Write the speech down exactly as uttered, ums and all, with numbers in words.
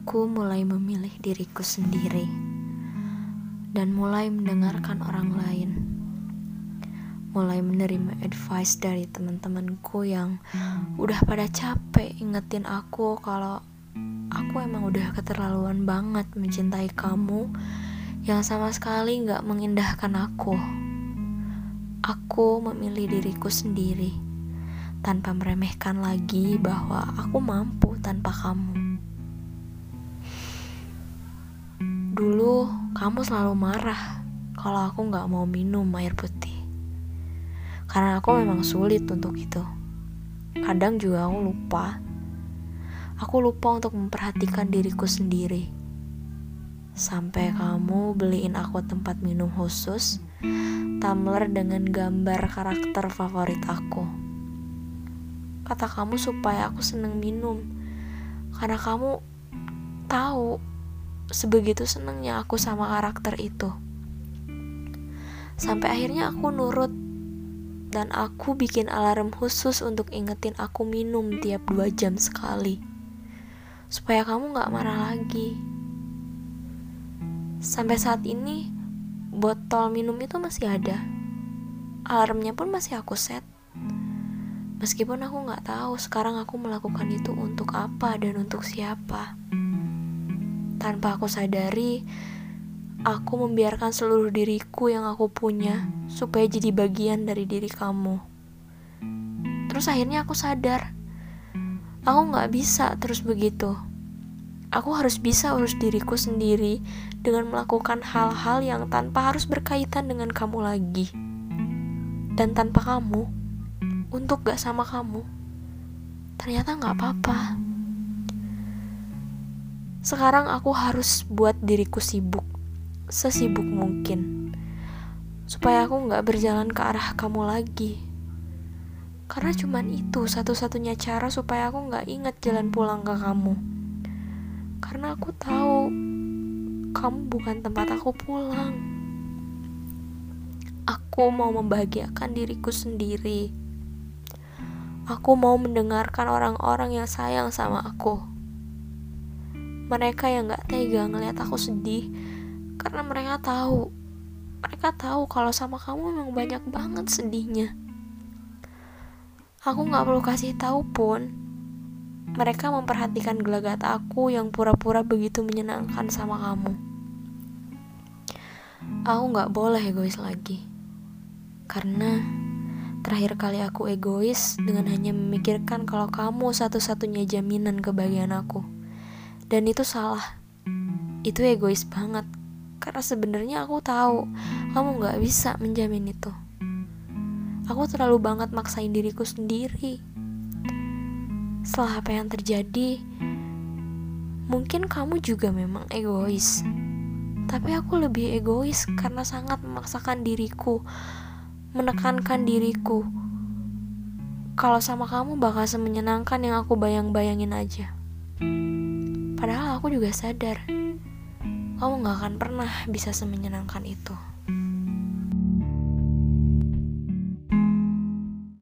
Aku mulai memilih diriku sendiri dan mulai mendengarkan orang lain. Mulai menerima advice dari teman-temanku yang udah pada capek ingetin aku kalau aku emang udah keterlaluan banget mencintai kamu yang sama sekali gak mengindahkan aku. Aku memilih diriku sendiri tanpa meremehkan lagi bahwa aku mampu tanpa kamu. Dulu kamu selalu marah kalau aku gak mau minum air putih, karena aku memang sulit untuk itu. Kadang juga aku lupa Aku lupa untuk memperhatikan diriku sendiri. Sampai kamu beliin aku tempat minum khusus, tumbler dengan gambar karakter favorit aku. Kata kamu supaya aku seneng minum, karena kamu tahu sebegitu senengnya aku sama karakter itu. Sampai akhirnya aku nurut, dan aku bikin alarm khusus untuk ingetin aku minum tiap dua jam sekali, supaya kamu gak marah lagi. Sampai saat ini botol minum itu masih ada, alarmnya pun masih aku set. Meskipun aku gak tahu sekarang aku melakukan itu untuk apa dan untuk siapa. Tanpa aku sadari, aku membiarkan seluruh diriku yang aku punya supaya jadi bagian dari diri kamu. Terus akhirnya aku sadar, aku gak bisa terus begitu. Aku harus bisa urus diriku sendiri dengan melakukan hal-hal yang tanpa harus berkaitan dengan kamu lagi. Dan tanpa kamu, untuk gak sama kamu, ternyata gak apa-apa. Sekarang aku harus buat diriku sibuk, sesibuk mungkin, supaya aku gak berjalan ke arah kamu lagi. Karena cuman itu satu-satunya cara supaya aku gak ingat jalan pulang ke kamu. Karena aku tahu kamu bukan tempat aku pulang. Aku mau membahagiakan diriku sendiri. Aku mau mendengarkan orang-orang yang sayang sama aku. Mereka yang gak tega ngeliat aku sedih, karena mereka tahu Mereka tahu kalau sama kamu memang banyak banget sedihnya. Aku gak perlu kasih tahu pun, mereka memperhatikan gelagat aku yang pura-pura begitu menyenangkan sama kamu. Aku gak boleh egois lagi, karena terakhir kali aku egois dengan hanya memikirkan kalau kamu satu-satunya jaminan kebahagiaan aku. Dan itu salah. Itu egois banget, karena sebenarnya aku tahu kamu gak bisa menjamin itu. Aku terlalu banget maksain diriku sendiri. Setelah apa yang terjadi, mungkin kamu juga memang egois. Tapi aku lebih egois karena sangat memaksakan diriku, menekankan diriku kalau sama kamu bakal semenyenangkan yang aku bayang-bayangin aja. Padahal aku juga sadar kamu gak akan pernah bisa semenyenangkan itu.